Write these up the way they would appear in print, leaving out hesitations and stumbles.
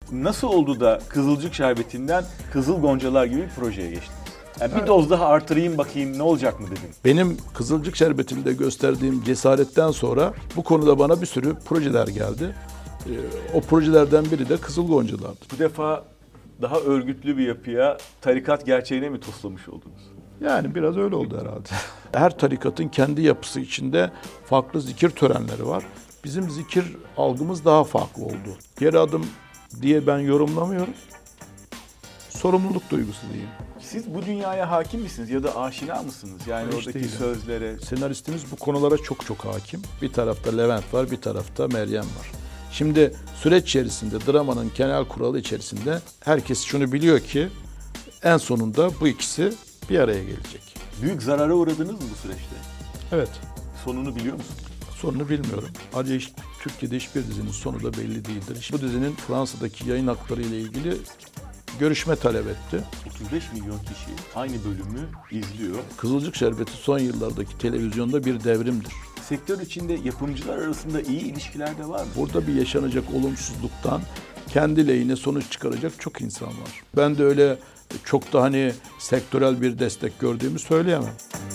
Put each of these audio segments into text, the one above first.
Nasıl oldu da Kızılcık Şerbeti'nden Kızıl Goncalar gibi bir projeye geçtiniz? Yani bir doz daha artırayım bakayım ne olacak mı dedim. Benim Kızılcık Şerbeti'nde gösterdiğim cesaretten sonra bu konuda bana bir sürü projeler geldi. O projelerden biri de Kızıl Goncalar'dı. Bu defa daha örgütlü bir yapıya, tarikat gerçeğine mi toslamış oldunuz? Yani biraz öyle oldu herhalde. Her tarikatın kendi yapısı içinde farklı zikir törenleri var. Bizim zikir algımız daha farklı oldu. Geri adım diye ben yorumlamıyorum. Sorumluluk duygusu diyeyim. Siz bu dünyaya hakim misiniz ya da aşina mısınız? Yani Hiç oradaki değilim. sözlere... Senaristimiz bu konulara çok hakim. Bir tarafta Levent var, bir tarafta Meryem var. Şimdi süreç içerisinde, dramanın genel kuralı içerisinde herkes şunu biliyor ki en sonunda bu ikisi bir araya gelecek. Büyük zarara uğradınız mı bu süreçte? Evet. Sonunu biliyor musunuz? Sonunu bilmiyorum. Ayrıca Türkiye'de hiçbir dizinin sonu da belli değildir. Bu dizinin Fransa'daki yayın hakları ile ilgili görüşme talep etti. 35 milyon kişi aynı bölümü izliyor. Kızılcık Şerbeti son yıllardaki televizyonda bir devrimdir. Sektör içinde yapımcılar arasında iyi ilişkiler de var mı? Burada bir yaşanacak olumsuzluktan kendi lehine sonuç çıkaracak çok insan var. Ben de öyle çok da sektörel bir destek gördüğümü söyleyemem.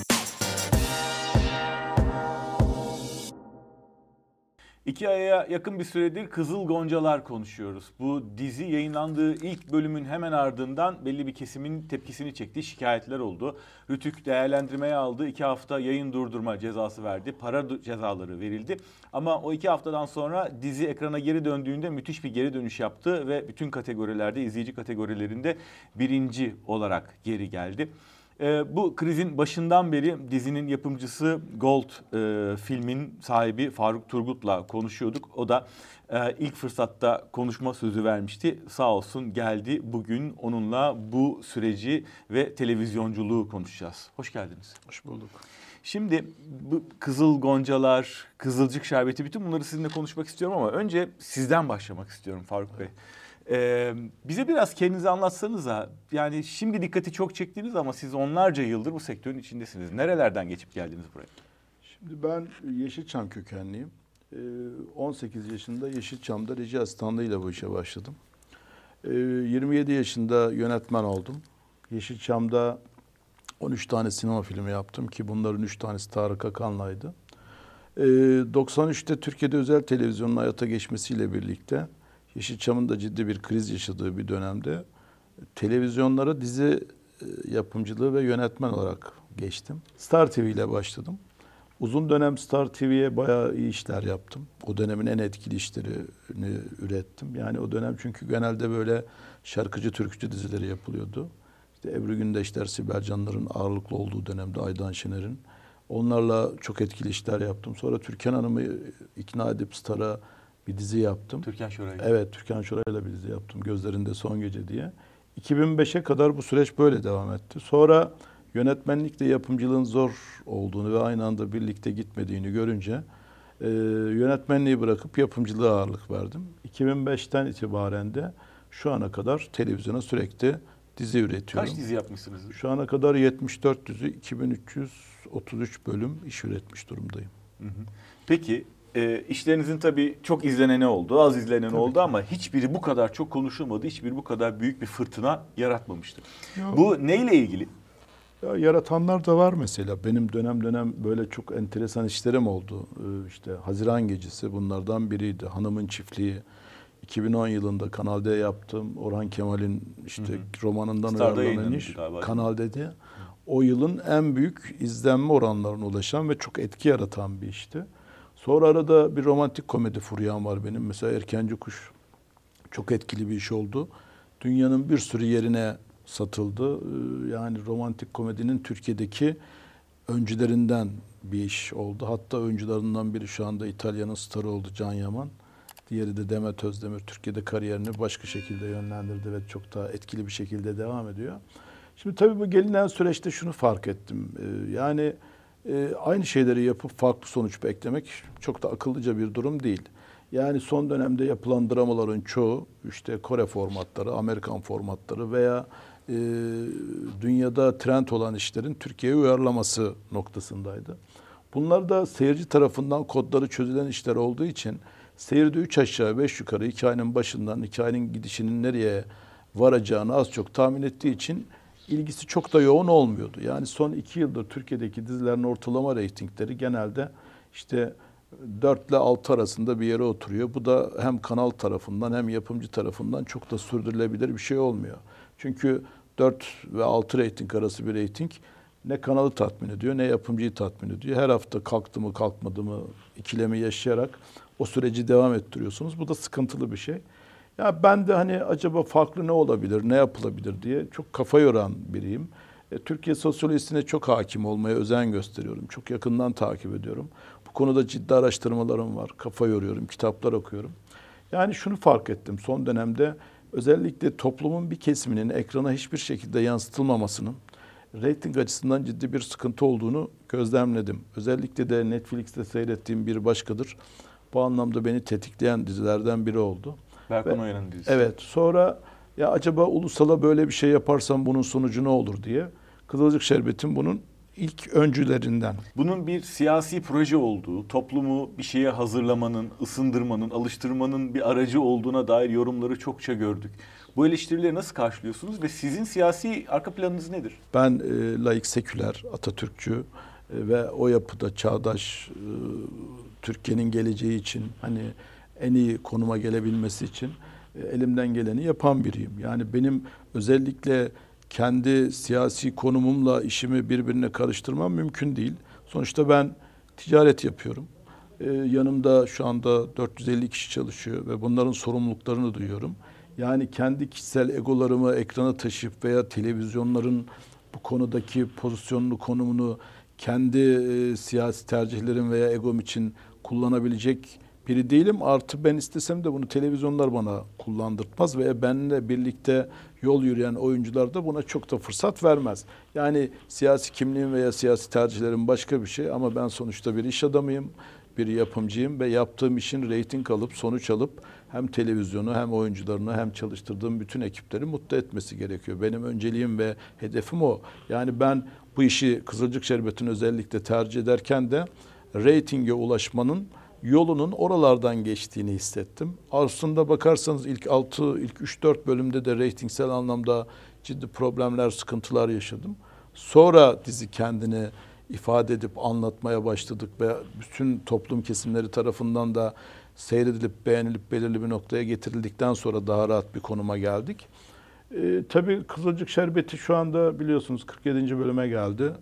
İki aya yakın bir süredir Kızıl Goncalar konuşuyoruz. Bu dizi yayınlandığı ilk bölümün hemen ardından belli bir kesimin tepkisini çekti, şikayetler oldu. Rütük değerlendirmeye aldı, 2 hafta yayın durdurma cezası verdi, para cezaları verildi. Ama o 2 haftadan sonra dizi ekrana geri döndüğünde müthiş bir geri dönüş yaptı ve bütün kategorilerde, izleyici kategorilerinde birinci olarak geri geldi. Bu krizin başından beri dizinin yapımcısı Gold filmin sahibi Faruk Turgut'la konuşuyorduk. O da ilk fırsatta konuşma sözü vermişti. Sağ olsun geldi. Bugün onunla bu süreci ve televizyonculuğu konuşacağız. Hoş geldiniz. Hoş bulduk. Şimdi bu Kızıl Goncalar, Kızılcık Şerbeti bütün bunları sizinle konuşmak istiyorum ama önce sizden başlamak istiyorum Faruk Bey. Bize biraz kendinizi anlatsanıza. Yani şimdi dikkati çok çektiniz ama siz onlarca yıldır bu sektörün içindesiniz. Nerelerden geçip geldiniz buraya? Şimdi ben Yeşilçam kökenliyim. 18 yaşında Yeşilçam'da reji asistanlığıyla bu işe başladım. 27 yaşında yönetmen oldum. Yeşilçam'da 13 tane sinema filmi yaptım ki bunların 3 tanesi Tarık Akan'laydı. 93'te Türkiye'de özel televizyonun hayata geçmesiyle birlikte Yeşilçam'ın da ciddi bir kriz yaşadığı bir dönemde televizyonlara dizi yapımcılığı ve yönetmen olarak geçtim. Star TV ile başladım. Uzun dönem Star TV'ye bayağı iyi işler yaptım. O dönemin en etkili işlerini ürettim. Yani o dönem çünkü genelde böyle şarkıcı, türkücü dizileri yapılıyordu. İşte Ebru Gündeşler, Sibel Canlar'ın ağırlıklı olduğu dönemde Aydan Şener'in. Onlarla çok etkili işler yaptım. Sonra Türkan Hanım'ı ikna edip Star'a bir dizi yaptım. Türkan Şoray. Evet, Türkan Şoray'la bir dizi yaptım. Gözlerinde Son Gece diye. 2005'e kadar bu süreç böyle devam etti. Sonra yönetmenlikle yapımcılığın zor olduğunu ve aynı anda birlikte gitmediğini görünce yönetmenliği bırakıp yapımcılığa ağırlık verdim. 2005'ten itibaren de şu ana kadar televizyona sürekli dizi üretiyorum. Kaç dizi yapmışsınız? Şu ana kadar 74 dizi, 2333 bölüm iş üretmiş durumdayım. Hı hı. Peki işlerinizin tabii çok izleneni oldu, az izlenen Tabii oldu ki. ama hiçbiri bu kadar çok konuşulmadı, hiçbiri bu kadar büyük bir fırtına yaratmamıştı. Ya, Bu neyle ilgili? ya yaratanlar da var mesela. Benim dönem dönem böyle çok enteresan işlerim oldu. İşte Haziran Gecesi bunlardan biriydi. Hanımın Çiftliği. 2010 yılında Kanal D yaptım. Orhan Kemal'in romanından Star'da uyarlanan iş. yayınlandı galiba. Kanal D'de. O yılın en büyük izlenme oranlarına ulaşan ve çok etki yaratan bir işti. Sonra arada bir romantik komedi furyam var benim. Mesela Erkenci Kuş çok etkili bir iş oldu. Dünyanın bir sürü yerine satıldı. Yani romantik komedinin Türkiye'deki öncülerinden bir iş oldu. Hatta oyuncularından biri şu anda İtalya'nın starı oldu, Can Yaman. Diğeri de Demet Özdemir. Türkiye'de kariyerini başka şekilde yönlendirdi ve çok daha etkili bir şekilde devam ediyor. Şimdi tabii bu gelinen süreçte şunu fark ettim. Yani aynı şeyleri yapıp farklı sonuç beklemek çok da akıllıca bir durum değil. Yani son dönemde yapılan dramaların çoğu işte Kore formatları, Amerikan formatları veya dünyada trend olan işlerin Türkiye'ye uyarlaması noktasındaydı. Bunlar da seyirci tarafından kodları çözülen işler olduğu için seyirde 3 aşağı 5 yukarı hikayenin başından hikayenin gidişinin nereye varacağını az çok tahmin ettiği için ilgisi çok da yoğun olmuyordu. Yani son 2 yıldır Türkiye'deki dizilerin ortalama reytingleri genelde işte 4 ile 6 arasında bir yere oturuyor. Bu da hem kanal tarafından hem yapımcı tarafından çok da sürdürülebilir bir şey olmuyor. Çünkü 4 ve 6 reyting arası bir reyting ne kanalı tatmin ediyor ne yapımcıyı tatmin ediyor. Her hafta kalktı mı kalkmadı mı ikilemi yaşayarak o süreci devam ettiriyorsunuz. Bu da sıkıntılı bir şey. Ya ben de hani acaba farklı ne olabilir, ne yapılabilir diye çok kafa yoran biriyim. Türkiye sosyolojisine çok hakim olmaya özen gösteriyorum. Çok yakından takip ediyorum. Bu konuda ciddi araştırmalarım var. Kafa yoruyorum, kitaplar okuyorum. Yani şunu fark ettim son dönemde özellikle toplumun bir kesiminin ekrana hiçbir şekilde yansıtılmamasının reyting açısından ciddi bir sıkıntı olduğunu gözlemledim. Özellikle de Netflix'te seyrettiğim Bir Başkadır. Bu anlamda beni tetikleyen dizilerden biri oldu. Berkan Oya'nın dizisi. Evet. Sonra ya acaba ulusala böyle bir şey yaparsam bunun sonucu ne olur diye Kızılcık Şerbeti'nin bunun ilk öncülerinden. Bunun bir siyasi proje olduğu, toplumu bir şeye hazırlamanın, ısındırmanın, alıştırmanın bir aracı olduğuna dair yorumları çokça gördük. Bu eleştirileri nasıl karşılıyorsunuz ve sizin siyasi arka planınız nedir? Ben laik, seküler, Atatürkçü ve o yapıda çağdaş Türkiye'nin geleceği için hani en iyi konuma gelebilmesi için elimden geleni yapan biriyim. Yani benim özellikle kendi siyasi konumumla işimi birbirine karıştırmam mümkün değil. Sonuçta ben ticaret yapıyorum. Yanımda şu anda 450 kişi çalışıyor ve bunların sorumluluklarını duyuyorum. Yani kendi kişisel egolarımı ekrana taşıyıp veya televizyonların bu konudaki pozisyonunu, konumunu kendi siyasi tercihlerim veya egom için kullanabilecek biri değilim. Artı ben istesem de bunu televizyonlar bana kullandırtmaz veya benimle birlikte yol yürüyen oyuncular da buna çok da fırsat vermez. Yani siyasi kimliğim veya siyasi tercihlerim başka bir şey ama ben sonuçta bir iş adamıyım, bir yapımcıyım ve yaptığım işin reyting alıp, sonuç alıp hem televizyonu hem oyuncularını hem çalıştırdığım bütün ekipleri mutlu etmesi gerekiyor. Benim önceliğim ve hedefim o. Yani ben bu işi Kızılcık Şerbeti'ni özellikle tercih ederken de reytinge ulaşmanın yolunun oralardan geçtiğini hissettim. Aslında bakarsanız ilk 3-4 bölümde de reytingsel anlamda ciddi problemler, sıkıntılar yaşadım. Sonra dizi kendini ifade edip anlatmaya başladık ve bütün toplum kesimleri tarafından da seyredilip beğenilip belirli bir noktaya getirildikten sonra daha rahat bir konuma geldik. Tabii Kızılcık Şerbeti şu anda biliyorsunuz 47. bölüme geldi.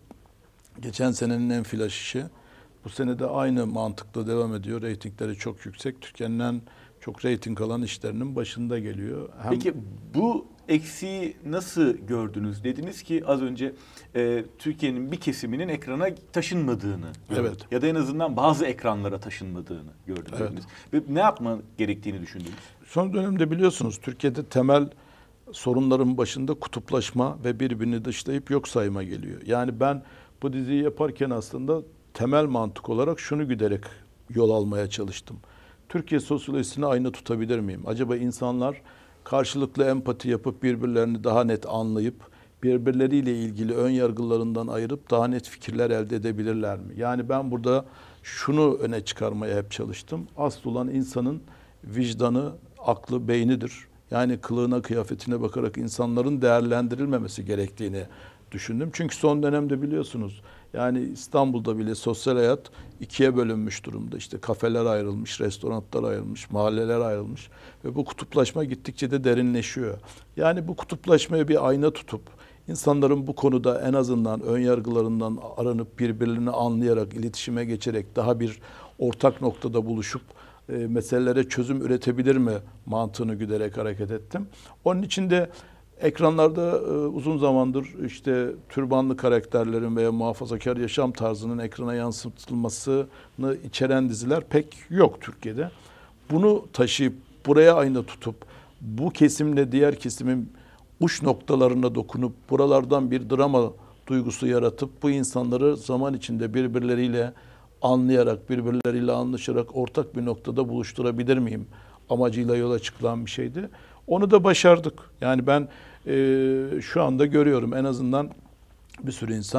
Geçen senenin en flash işi. Bu sene de aynı mantıkla devam ediyor. Reytingleri çok yüksek. Türkiye'nin en çok reyting alan işlerinin başında geliyor. Peki bu eksiği nasıl gördünüz? Dediniz ki az önce Türkiye'nin bir kesiminin ekrana taşınmadığını gördük. Evet. Ya da en azından bazı ekranlara taşınmadığını gördünüz. Evet. Ve ne yapma gerektiğini düşündünüz? Son dönemde biliyorsunuz Türkiye'de temel sorunların başında kutuplaşma ve birbirini dışlayıp yok sayma geliyor. Yani ben bu diziyi yaparken aslında temel mantık olarak şunu güderek yol almaya çalıştım. Türkiye sosyolojisini aynı tutabilir miyim? Acaba insanlar karşılıklı empati yapıp birbirlerini daha net anlayıp birbirleriyle ilgili ön yargılarından ayırıp daha net fikirler elde edebilirler mi? Yani ben burada şunu öne çıkarmaya hep çalıştım. Asıl olan insanın vicdanı, aklı, beynidir. Yani kılığına, kıyafetine bakarak insanların değerlendirilmemesi gerektiğini düşündüm. Çünkü son dönemde biliyorsunuz yani İstanbul'da bile sosyal hayat ikiye bölünmüş durumda. İşte kafeler ayrılmış, restoranlar ayrılmış, mahalleler ayrılmış ve bu kutuplaşma gittikçe de derinleşiyor. Yani bu kutuplaşmaya bir ayna tutup insanların bu konuda en azından ön yargılarından aranıp birbirlerini anlayarak, iletişime geçerek daha bir ortak noktada buluşup meselelere çözüm üretebilir mi mantığını güderek hareket ettim. Onun için de ekranlarda uzun zamandır işte türbanlı karakterlerin veya muhafazakar yaşam tarzının ekrana yansıtılmasını içeren diziler pek yok Türkiye'de. Bunu taşıyıp buraya ayna tutup bu kesimle diğer kesimin uç noktalarına dokunup buralardan bir drama duygusu yaratıp bu insanları zaman içinde birbirleriyle anlayarak, birbirleriyle anlaşarak ortak bir noktada buluşturabilir miyim amacıyla yola çıkılan bir şeydi. Onu da başardık. Yani ben şu anda görüyorum en azından bir sürü insan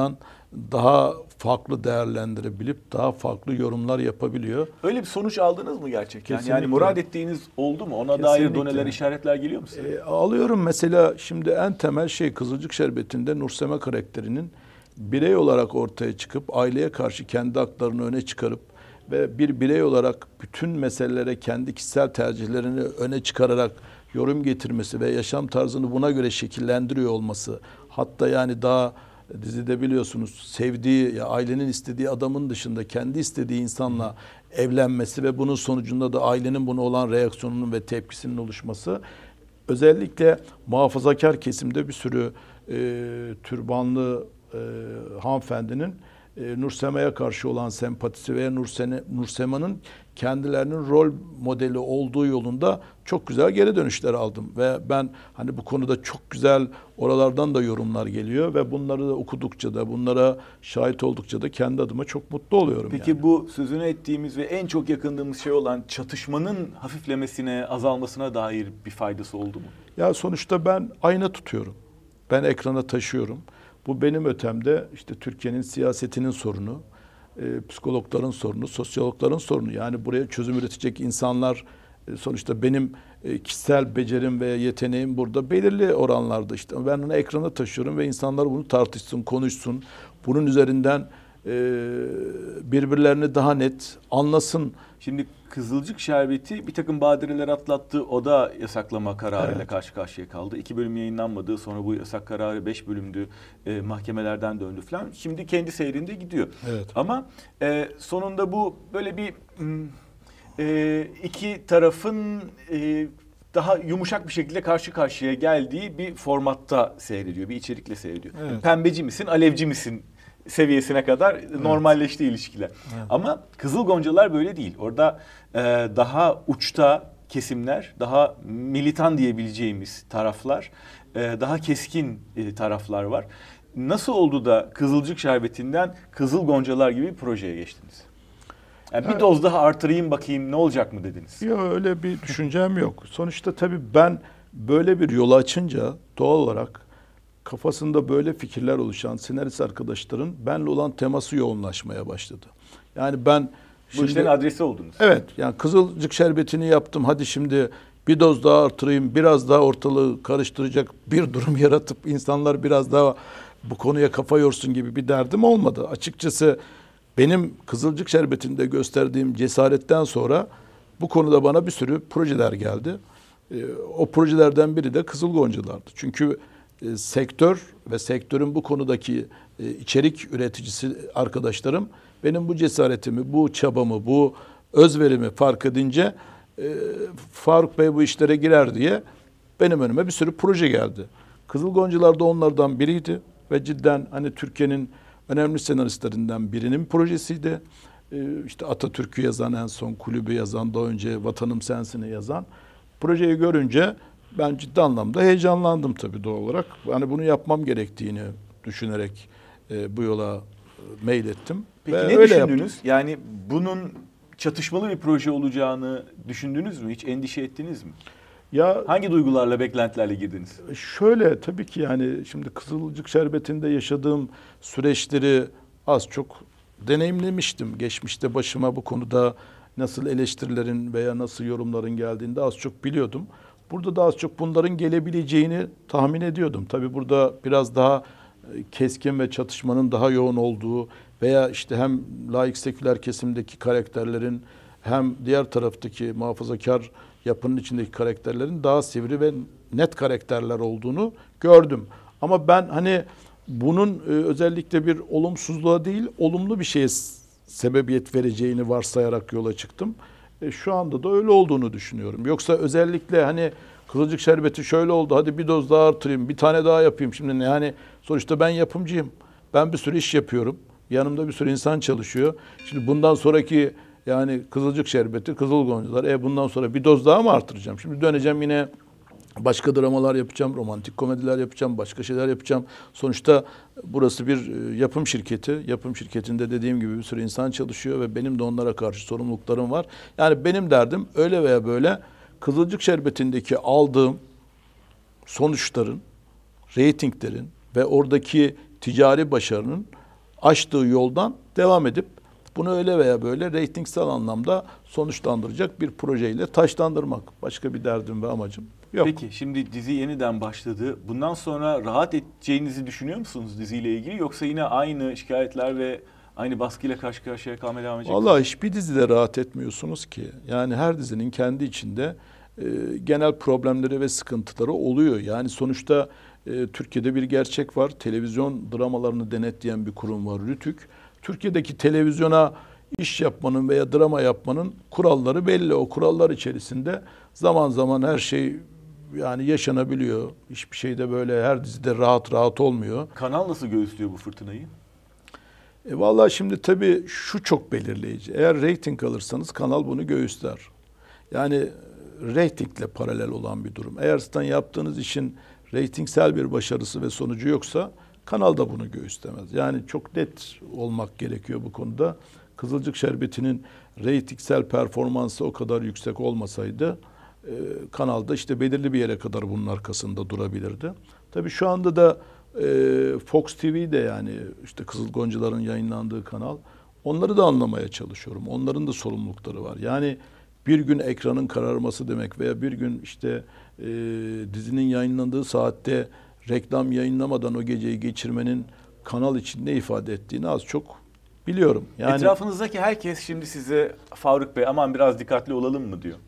daha farklı değerlendirebilip daha farklı yorumlar yapabiliyor. Öyle bir sonuç aldınız mı gerçekten? Yani Kesinlikle. murad ettiğiniz oldu mu? Ona Kesinlikle. dair doneler, işaretler geliyor mu size? Alıyorum mesela şimdi en temel şey Kızılcık Şerbeti'nde Nursema karakterinin birey olarak ortaya çıkıp aileye karşı kendi haklarını öne çıkarıp ve bir birey olarak bütün meselelere kendi kişisel tercihlerini öne çıkararak yorum getirmesi ve yaşam tarzını buna göre şekillendiriyor olması. Hatta yani daha dizide biliyorsunuz sevdiği ya ailenin istediği adamın dışında kendi istediği insanla evlenmesi ve bunun sonucunda da ailenin buna olan reaksiyonunun ve tepkisinin oluşması. Özellikle muhafazakar kesimde bir sürü türbanlı hanımefendinin Nursema'ya karşı olan sempatisi veya Nursema'nın kendilerinin rol modeli olduğu yolunda çok güzel geri dönüşler aldım. Ve ben hani bu konuda çok güzel oralardan da yorumlar geliyor ve bunları da okudukça da bunlara şahit oldukça da kendi adıma çok mutlu oluyorum. Peki yani. bu sözünü ettiğimiz ve en çok yakındığımız şey olan çatışmanın hafiflemesine, azalmasına dair bir faydası oldu mu? Ya sonuçta ben ayna tutuyorum. Ben ekrana taşıyorum. Bu benim ötemde işte Türkiye'nin siyasetinin sorunu, psikologların sorunu, sosyologların sorunu. Yani buraya çözüm üretecek insanlar sonuçta benim kişisel becerim ve yeteneğim burada belirli oranlarda işte. Ben onu ekrana taşıyorum ve insanlar bunu tartışsın, konuşsun. Bunun üzerinden birbirlerini daha net anlasın. Şimdi Kızılcık Şerbeti bir takım badireler atlattı. O da yasaklama kararıyla karşı karşıya kaldı. 2 bölüm yayınlanmadı. Sonra bu yasak kararı 5 bölümdü. Mahkemelerden döndü falan. Şimdi kendi seyrinde gidiyor. Evet. Ama sonunda bu böyle bir iki tarafın daha yumuşak bir şekilde karşı karşıya geldiği bir formatta seyrediyor. Bir içerikle seyrediyor. Evet. Pembeci misin, alevci misin seviyesine kadar normalleşti ilişkiler. Evet. Ama Kızıl Goncalar böyle değil. Orada daha uçta kesimler, daha militan diyebileceğimiz taraflar, daha keskin taraflar var. Nasıl oldu da Kızılcık Şerbeti'nden Kızıl Goncalar gibi bir projeye geçtiniz? Yani bir doz daha artırayım bakayım ne olacak mı dediniz? Yok öyle bir düşüncem yok. Sonuçta tabii ben böyle bir yolu açınca doğal olarak kafasında böyle fikirler oluşan senarist arkadaşların benle olan teması yoğunlaşmaya başladı. Yani ben Bu işlerin adresi oldunuz. Evet yani Kızılcık Şerbeti'ni yaptım. Hadi şimdi bir doz daha artırayım. Biraz daha ortalığı karıştıracak bir durum yaratıp insanlar biraz daha bu konuya kafa yorsun gibi bir derdim olmadı. Açıkçası benim Kızılcık Şerbeti'nde gösterdiğim cesaretten sonra bu konuda bana bir sürü projeler geldi. O projelerden biri de Kızıl Goncalar'dı. Çünkü sektör ve sektörün bu konudaki içerik üreticisi arkadaşlarım benim bu cesaretimi, bu çabamı, bu özverimi fark edince Faruk Bey bu işlere girer diye benim önüme bir sürü proje geldi. Kızıl Goncalar da onlardan biriydi ve cidden hani Türkiye'nin önemli senaristlerinden birinin projesiydi. İşte Atatürk'ü yazan, en son Kulübü yazan, daha önce Vatanım Sensin'i yazan. Projeyi görünce ben ciddi anlamda heyecanlandım tabii doğal olarak. Hani bunu yapmam gerektiğini düşünerek bu yola meylettim. Peki ve ne öyle düşündünüz? yaptım. Yani bunun çatışmalı bir proje olacağını düşündünüz mü? Hiç endişe ettiniz mi? Ya Hangi duygularla, beklentilerle girdiniz? şöyle tabii ki yani şimdi Kızılcık Şerbeti'nde yaşadığım süreçleri az çok deneyimlemiştim. Geçmişte başıma bu konuda nasıl eleştirilerin veya nasıl yorumların geldiğini de az çok biliyordum. Burada da az çok bunların gelebileceğini tahmin ediyordum. Tabii burada biraz daha keskin ve çatışmanın daha yoğun olduğu veya işte hem laik seküler kesimdeki karakterlerin hem diğer taraftaki muhafazakar yapının içindeki karakterlerin daha sivri ve net karakterler olduğunu gördüm. Ama ben hani bunun özellikle bir olumsuzluğa değil, olumlu bir şeye sebebiyet vereceğini varsayarak yola çıktım. Şu anda da öyle olduğunu düşünüyorum. Yoksa özellikle hani Kızılcık Şerbeti şöyle oldu, hadi bir doz daha artırayım, bir tane daha yapayım. Şimdi yani sonuçta ben yapımcıyım. Ben bir sürü iş yapıyorum. Yanımda bir sürü insan çalışıyor. Şimdi bundan sonraki yani Kızılcık Şerbeti, Kızıl Goncalar. Bundan sonra bir doz daha mı artıracağım? Şimdi döneceğim yine başka dramalar yapacağım, romantik komediler yapacağım, başka şeyler yapacağım. Sonuçta burası bir yapım şirketi. Yapım şirketinde dediğim gibi bir sürü insan çalışıyor ve benim de onlara karşı sorumluluklarım var. Yani benim derdim öyle veya böyle Kızılcık Şerbeti'ndeki aldığım sonuçların, reytinglerin ve oradaki ticari başarının açtığı yoldan devam edip bunu öyle veya böyle reytingsel anlamda sonuçlandıracak bir projeyle taşlandırmak. Başka bir derdim ve amacım yok. Peki şimdi dizi yeniden başladı. Bundan sonra rahat edeceğinizi düşünüyor musunuz diziyle ilgili? Yoksa yine aynı şikayetler ve aynı baskıyla karşı karşıya kalmaya devam edecek misiniz? Vallahi hiçbir dizide rahat etmiyorsunuz ki. Yani her dizinin kendi içinde genel problemleri ve sıkıntıları oluyor. Yani sonuçta Türkiye'de bir gerçek var. Televizyon dramalarını denetleyen bir kurum var, Rütük. Türkiye'deki televizyona iş yapmanın veya drama yapmanın kuralları belli. O kurallar içerisinde zaman zaman her şey yani yaşanabiliyor. Hiçbir şeyde böyle her dizide rahat rahat olmuyor. Kanal nasıl göğüslüyor bu fırtınayı? Vallahi şimdi tabii şu çok belirleyici. Eğer reyting alırsanız kanal bunu göğüsler. Yani reytingle paralel olan bir durum. Eğer sizden yaptığınız işin reytingsel bir başarısı ve sonucu yoksa kanal da bunu göğüslemez. Yani çok net olmak gerekiyor bu konuda. Kızılcık Şerbeti'nin reytingsel performansı o kadar yüksek olmasaydı kanalda işte belirli bir yere kadar bunun arkasında durabilirdi. Tabii şu anda da Fox TV de yani işte Kızıl Goncalar'ın yayınlandığı kanal. Onları da anlamaya çalışıyorum. Onların da sorumlulukları var. Yani bir gün ekranın kararması demek veya bir gün işte dizinin yayınlandığı saatte reklam yayınlamadan o geceyi geçirmenin kanal için ne ifade ettiğini az çok biliyorum. Yani Etrafınızdaki herkes şimdi size Faruk Bey aman biraz dikkatli olalım mı diyor.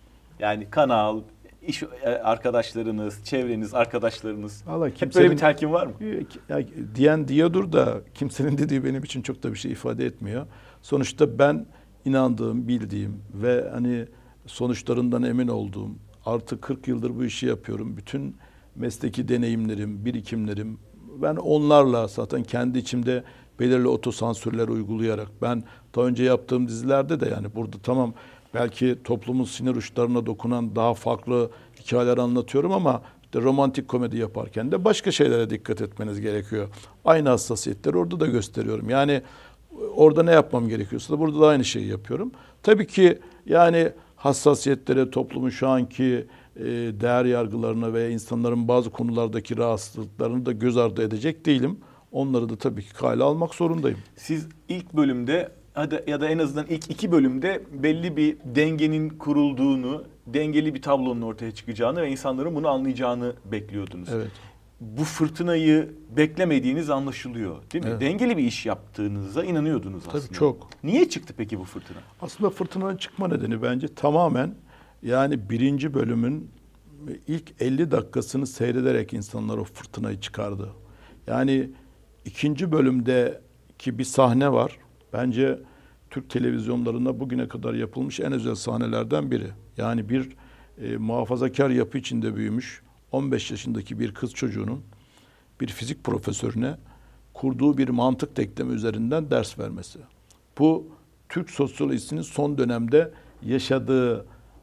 Yani kanal, iş arkadaşlarınız, çevreniz, arkadaşlarınız. vallahi Hep böyle bir telkin var mı? Ya, diyen diyordur da kimsenin dediği benim için çok da bir şey ifade etmiyor. Sonuçta ben inandığım, bildiğim ve hani sonuçlarından emin olduğum, artık 40 yıldır bu işi yapıyorum. Bütün mesleki deneyimlerim, birikimlerim, ben onlarla zaten kendi içimde belirli otosansürler uygulayarak, ben daha önce yaptığım dizilerde de yani burada tamam belki toplumun sinir uçlarına dokunan daha farklı hikayeler anlatıyorum ama işte romantik komedi yaparken de başka şeylere dikkat etmeniz gerekiyor. Aynı hassasiyetleri orada da gösteriyorum. Yani orada ne yapmam gerekiyorsa da burada da aynı şeyi yapıyorum. Tabii ki yani hassasiyetlere, toplumun şu anki değer yargılarına veya insanların bazı konulardaki rahatsızlıklarını da göz ardı edecek değilim. Onları da tabii ki kale almak zorundayım. Siz ilk bölümde ya da en azından ilk 2 bölümde belli bir dengenin kurulduğunu, dengeli bir tablonun ortaya çıkacağını ve insanların bunu anlayacağını bekliyordunuz. Evet. Bu fırtınayı beklemediğiniz anlaşılıyor, değil mi? Evet. Dengeli bir iş yaptığınıza inanıyordunuz aslında. Tabii çok. Niye çıktı peki bu fırtına? Aslında fırtınanın çıkma nedeni bence tamamen yani birinci bölümün ilk 50 dakikasını seyrederek insanlar o fırtınayı çıkardı. Yani ikinci bölümdeki bir sahne var. Bence Türk televizyonlarında bugüne kadar yapılmış en özel sahnelerden biri. Yani bir muhafazakar yapı içinde büyümüş 15 yaşındaki bir kız çocuğunun bir fizik profesörüne kurduğu bir mantık denklemi üzerinden ders vermesi. Bu Türk sosyolojisinin son dönemde yaşadığı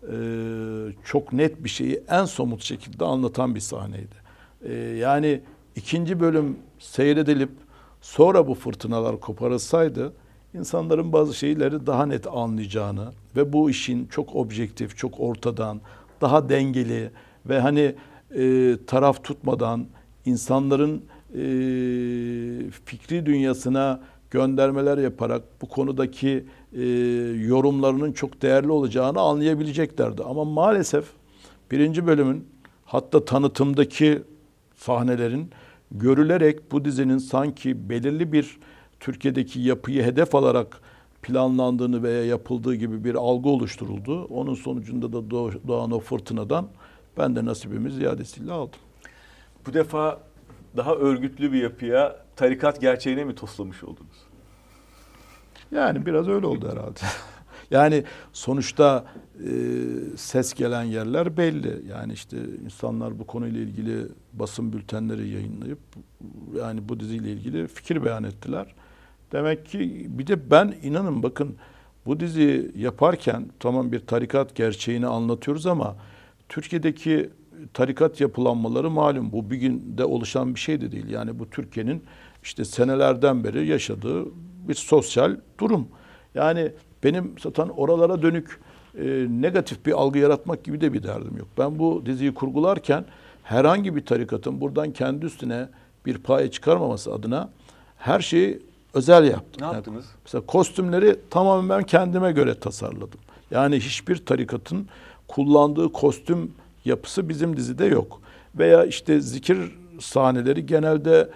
çok net bir şeyi en somut şekilde anlatan bir sahneydi. Yani ikinci bölüm seyredilip sonra bu fırtınalar koparılsaydı insanların bazı şeyleri daha net anlayacağını ve bu işin çok objektif, çok ortadan, daha dengeli ve hani taraf tutmadan insanların fikri dünyasına göndermeler yaparak bu konudaki yorumlarının çok değerli olacağını anlayabileceklerdi. Ama maalesef birinci bölümün hatta tanıtımdaki sahnelerin görülerek bu dizinin sanki belirli bir Türkiye'deki yapıyı hedef alarak planlandığını veya yapıldığı gibi bir algı oluşturuldu. Onun sonucunda da doğan o fırtınadan ben de nasibimi ziyadesiyle aldım. Bu defa daha örgütlü bir yapıya, tarikat gerçeğine mi toslamış oldunuz? Yani biraz öyle oldu herhalde. Yani sonuçta ses gelen yerler belli. Yani işte insanlar bu konuyla ilgili basın bültenleri yayınlayıp yani bu diziyle ilgili fikir beyan ettiler. Demek ki bir de ben inanın bakın bu diziyi yaparken tamam bir tarikat gerçeğini anlatıyoruz ama Türkiye'deki tarikat yapılanmaları malum bu bir günde oluşan bir şey de değil. Yani bu Türkiye'nin işte senelerden beri yaşadığı bir sosyal durum. Yani benim zaten oralara dönük negatif bir algı yaratmak gibi de bir derdim yok. Ben bu diziyi kurgularken herhangi bir tarikatın buradan kendi üstüne bir paye çıkarmaması adına her şeyi özel yaptım. Ne yaptınız? Mesela kostümleri tamamen ben kendime göre tasarladım. Yani hiçbir tarikatın kullandığı kostüm yapısı bizim dizide yok. Veya işte zikir sahneleri genelde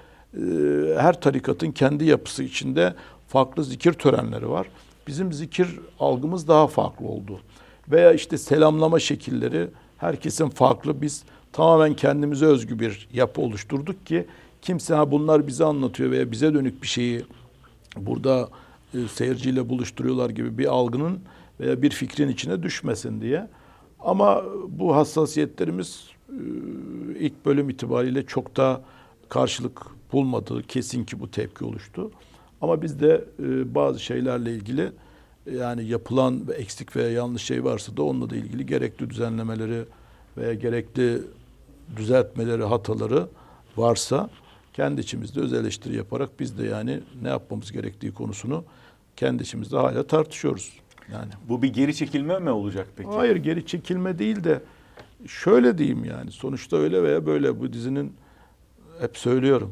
her tarikatın kendi yapısı içinde farklı zikir törenleri var. Bizim zikir algımız daha farklı oldu. Veya işte selamlama şekilleri herkesin farklı. Biz tamamen kendimize özgü bir yapı oluşturduk ki kimse bunlar bize anlatıyor veya bize dönük bir şeyi burada seyirciyle buluşturuyorlar gibi bir algının veya bir fikrin içine düşmesin diye. Ama bu hassasiyetlerimiz ilk bölüm itibariyle çok da karşılık bulmadı. Kesin ki bu tepki oluştu. Ama biz de bazı şeylerle ilgili yani yapılan ve eksik veya yanlış şey varsa da onunla da ilgili gerekli düzenlemeleri veya gerekli düzeltmeleri, hataları varsa kendi içimizde öz eleştiri yaparak biz de yani ne yapmamız gerektiği konusunu kendi içimizde hala tartışıyoruz. Yani Bu bir geri çekilme mi olacak peki? hayır, geri çekilme değil de şöyle diyeyim yani sonuçta öyle veya böyle bu dizinin hep söylüyorum.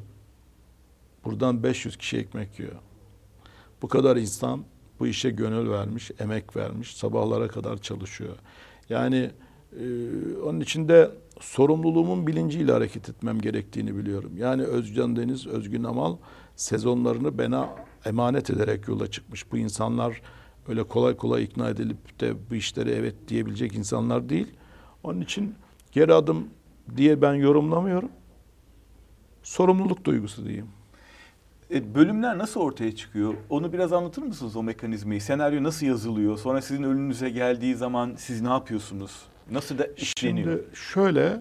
Buradan 500 kişi ekmek yiyor. Bu kadar insan bu işe gönül vermiş, emek vermiş, sabahlara kadar çalışıyor. Yani onun için de sorumluluğumun bilinciyle hareket etmem gerektiğini biliyorum. Yani Özcan Deniz, Özgün Amal sezonlarını bana emanet ederek yola çıkmış. Bu insanlar öyle kolay kolay ikna edilip de bu işlere evet diyebilecek insanlar değil. Onun için geri adım diye ben yorumlamıyorum. Sorumluluk duygusu diyeyim. Bölümler nasıl ortaya çıkıyor? Onu biraz anlatır mısınız, o mekanizmayı? Senaryo nasıl yazılıyor? Sonra sizin önünüze geldiği zaman siz ne yapıyorsunuz? Nasıl da işleniyor? Şimdi şöyle,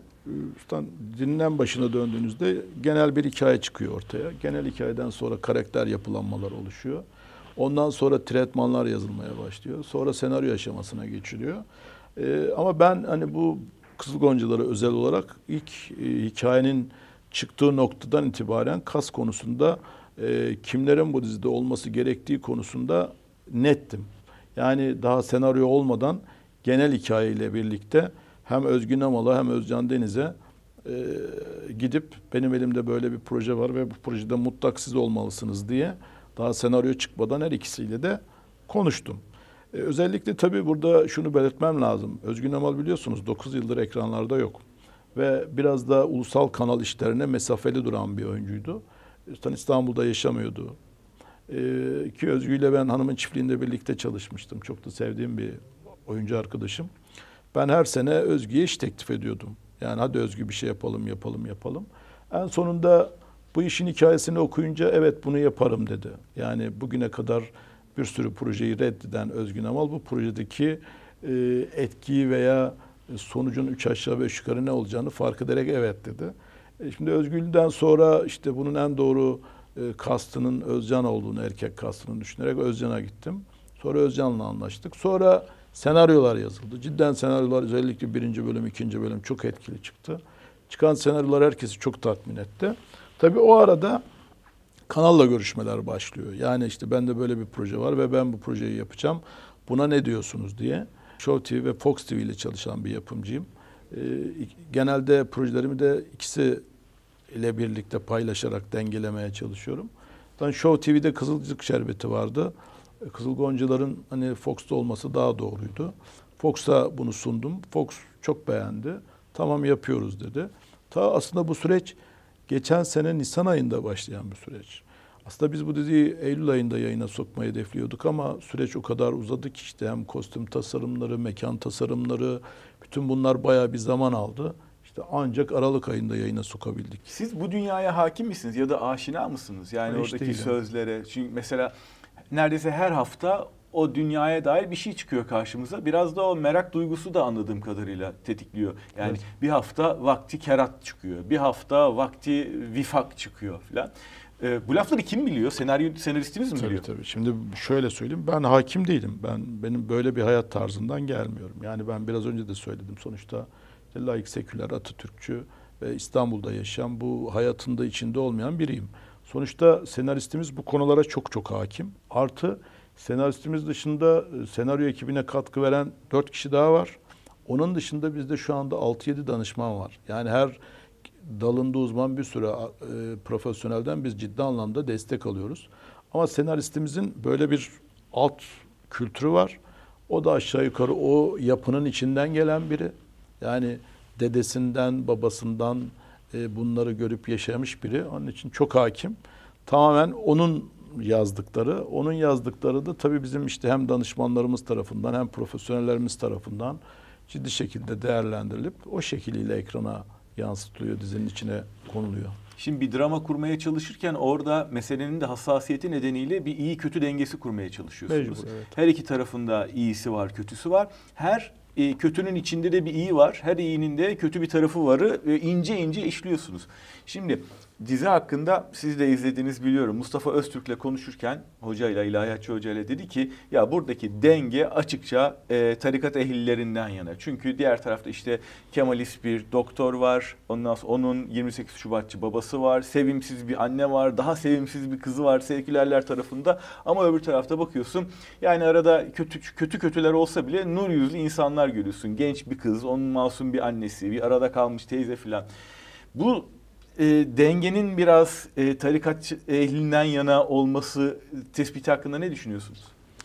dinin başına döndüğünüzde genel bir hikaye çıkıyor ortaya. Genel hikayeden sonra karakter yapılanmalar oluşuyor. Ondan sonra tretmanlar yazılmaya başlıyor. Sonra senaryo aşamasına geçiliyor. Ama ben hani bu Kızıl Goncalara özel olarak ilk hikayenin çıktığı noktadan itibaren kas konusunda kimlerin bu dizide olması gerektiği konusunda nettim. Yani daha senaryo olmadan genel hikayeyle birlikte hem Özgün Amal'a hem Özcan Deniz'e gidip benim elimde böyle bir proje var ve bu projede mutlak siz olmalısınız diye daha senaryo çıkmadan her ikisiyle de konuştum. Özellikle tabii burada şunu belirtmem lazım. Özgün Amal biliyorsunuz 9 yıldır ekranlarda yok. Ve biraz da ulusal kanal işlerine mesafeli duran bir oyuncuydu. İstanbul'da yaşamıyordu. Ki Özgü ile ben hanımın çiftliğinde birlikte çalışmıştım. Çok da sevdiğim bir oyuncu arkadaşım. Ben her sene Özgü'ye iş teklif ediyordum. Yani hadi Özgü bir şey yapalım. En sonunda bu işin hikayesini okuyunca evet bunu yaparım dedi. Yani bugüne kadar bir sürü projeyi reddeden Özgün Amal bu projedeki etkiyi veya sonucun 3 aşağı 5 yukarı ne olacağını fark ederek evet dedi. Şimdi Özgül'den sonra işte bunun en doğru kastının Özcan olduğunu, erkek kastını düşünerek Özcan'a gittim. Sonra Özcan'la anlaştık. Sonra senaryolar yazıldı. Cidden senaryolar özellikle 1. bölüm, 2. bölüm çok etkili çıktı. Çıkan senaryolar herkesi çok tatmin etti. Tabii o arada kanalla görüşmeler başlıyor. Yani işte bende böyle bir proje var ve ben bu projeyi yapacağım. Buna ne diyorsunuz diye. Show TV ve Fox TV ile çalışan bir yapımcıyım. Genelde projelerimi de ikisi ile birlikte paylaşarak dengelemeye çalışıyorum. Ben Show TV'de Kızılcık Şerbeti vardı. Kızıl Goncalar'ın hani Fox'ta olması daha doğruydu. Fox'a bunu sundum. Fox çok beğendi. Tamam yapıyoruz dedi. Aslında bu süreç geçen sene Nisan ayında başlayan bir süreç. Aslında biz bu diziyi Eylül ayında yayına sokmayı hedefliyorduk ama süreç o kadar uzadı ki işte hem kostüm tasarımları, mekan tasarımları, bütün bunlar bayağı bir zaman aldı. İşte ancak Aralık ayında yayına sokabildik. Siz bu dünyaya hakim misiniz ya da aşina mısınız? Yani Hiç oradaki değilim. sözlere. Çünkü mesela neredeyse her hafta o dünyaya dair bir şey çıkıyor karşımıza. Biraz da o merak duygusu da anladığım kadarıyla tetikliyor. Yani Evet. bir hafta vakti kerat çıkıyor. Bir hafta vakti vifak çıkıyor falan. Bu lafları kim biliyor? Senaristimiz mi biliyor? Tabii. Şimdi şöyle söyleyeyim. Ben hakim değilim. Benim böyle bir hayat tarzından gelmiyorum. Yani ben biraz önce de söyledim. Sonuçta işte laik, seküler, Atatürkçü ve İstanbul'da yaşayan bu hayatında içinde olmayan biriyim. Sonuçta senaristimiz bu konulara çok hakim. Artı senaristimiz dışında senaryo ekibine katkı veren 4 kişi daha var. Onun dışında bizde şu anda 6-7 danışman var. Yani her dalında uzman bir sürü profesyonelden biz ciddi anlamda destek alıyoruz. Ama senaristimizin böyle bir alt kültürü var. O da aşağı yukarı o yapının içinden gelen biri. Yani dedesinden, babasından bunları görüp yaşamış biri. Onun için çok hakim. Tamamen onun yazdıkları. Onun yazdıkları da tabii bizim işte hem danışmanlarımız tarafından hem profesyonellerimiz tarafından ciddi şekilde değerlendirilip o şekliyle ekrana yansıtılıyor, dizinin içine konuluyor. Şimdi bir drama kurmaya çalışırken orada meselenin de hassasiyeti nedeniyle bir iyi kötü dengesi kurmaya çalışıyorsunuz. Mecbur, evet. Her iki tarafında iyisi var, kötüsü var. Her kötünün içinde de bir iyi var. Her iyinin de kötü bir tarafı varı ince ince işliyorsunuz. Şimdi dizi hakkında siz de izlediğiniz biliyorum. Mustafa Öztürk'le konuşurken hocayla, ilahiyatçı hocayla dedi ki ya buradaki denge açıkça tarikat ehlilerinden yana. Çünkü diğer tarafta işte Kemalist bir doktor var. Ondan sonra onun 28 Şubatçı babası var. Sevimsiz bir anne var. Daha sevimsiz bir kızı var sekülerler tarafında. Ama öbür tarafta bakıyorsun yani arada kötüler olsa bile nur yüzlü insanlar görüyorsun. Genç bir kız, onun masum bir annesi, bir arada kalmış teyze filan. Bu dengenin biraz tarikat ehlinden yana olması tespiti hakkında ne düşünüyorsunuz?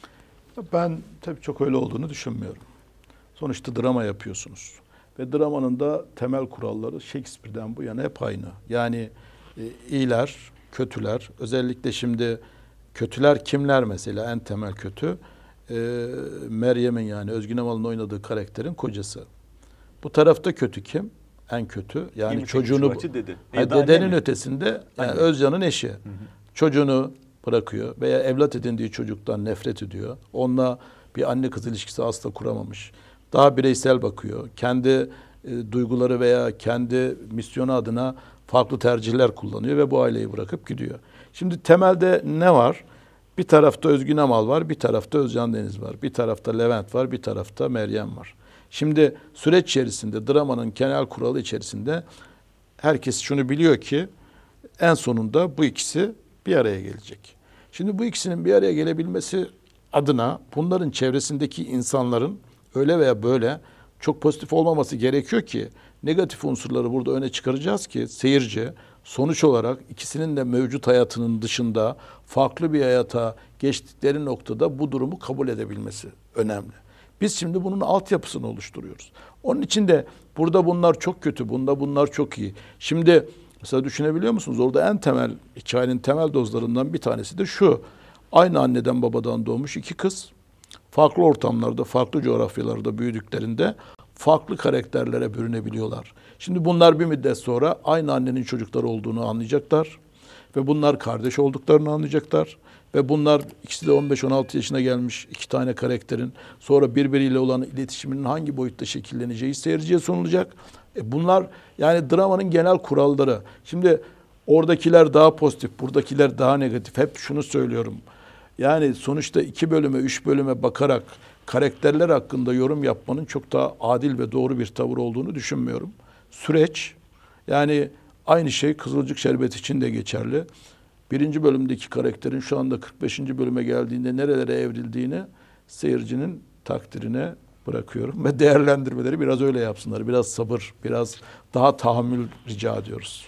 Ben tabii çok öyle olduğunu düşünmüyorum. Sonuçta drama yapıyorsunuz. Ve dramanın da temel kuralları Shakespeare'den bu yana hep aynı. Yani iyiler, kötüler, özellikle şimdi kötüler kimler mesela en temel kötü? Meryem'in yani Özgün Amal'ın oynadığı karakterin kocası. Bu tarafta kötü kim? En kötü. Yani çocuğunu dedi. Dedenin ötesinde yani Özcan'ın eşi. Hı hı. Çocuğunu bırakıyor veya evlat edindiği çocuktan nefret ediyor. Onunla bir anne kız ilişkisi asla kuramamış. Daha bireysel bakıyor. Kendi duyguları veya kendi misyonu adına farklı tercihler kullanıyor ve bu aileyi bırakıp gidiyor. Şimdi temelde ne var? Bir tarafta Özgün Amal var, bir tarafta Özcan Deniz var, bir tarafta Levent var, bir tarafta Meryem var. Şimdi süreç içerisinde, dramanın genel kuralı içerisinde herkes şunu biliyor ki en sonunda bu ikisi bir araya gelecek. Şimdi bu ikisinin bir araya gelebilmesi adına bunların çevresindeki insanların öyle veya böyle çok pozitif olmaması gerekiyor ki negatif unsurları burada öne çıkaracağız ki seyirci sonuç olarak ikisinin de mevcut hayatının dışında farklı bir hayata geçtikleri noktada bu durumu kabul edebilmesi önemli. Biz şimdi bunun altyapısını oluşturuyoruz. Onun için de burada bunlar çok kötü, bunda bunlar çok iyi. Şimdi mesela düşünebiliyor musunuz? Orada en temel, hikayenin temel dozlarından bir tanesi de şu. Aynı anneden babadan doğmuş iki kız. Farklı ortamlarda, farklı coğrafyalarda büyüdüklerinde farklı karakterlere bürünebiliyorlar. Şimdi bunlar bir müddet sonra aynı annenin çocukları olduğunu anlayacaklar. Ve bunlar kardeş olduklarını anlayacaklar. Ve bunlar ikisi de 15-16 yaşına gelmiş iki tane karakterin sonra birbiriyle olan iletişiminin hangi boyutta şekilleneceği seyirciye sunulacak. Bunlar yani dramanın genel kuralları. Şimdi oradakiler daha pozitif, buradakiler daha negatif. Hep şunu söylüyorum. Yani sonuçta 2 bölüme, 3 bölüme bakarak karakterler hakkında yorum yapmanın çok daha adil ve doğru bir tavır olduğunu düşünmüyorum. Süreç, yani aynı şey Kızılcık Şerbeti için de geçerli. 1. bölümdeki karakterin şu anda 45. bölüme geldiğinde nerelere evrildiğini seyircinin takdirine bırakıyorum. Ve değerlendirmeleri biraz öyle yapsınlar. Biraz sabır, biraz daha tahammül rica ediyoruz.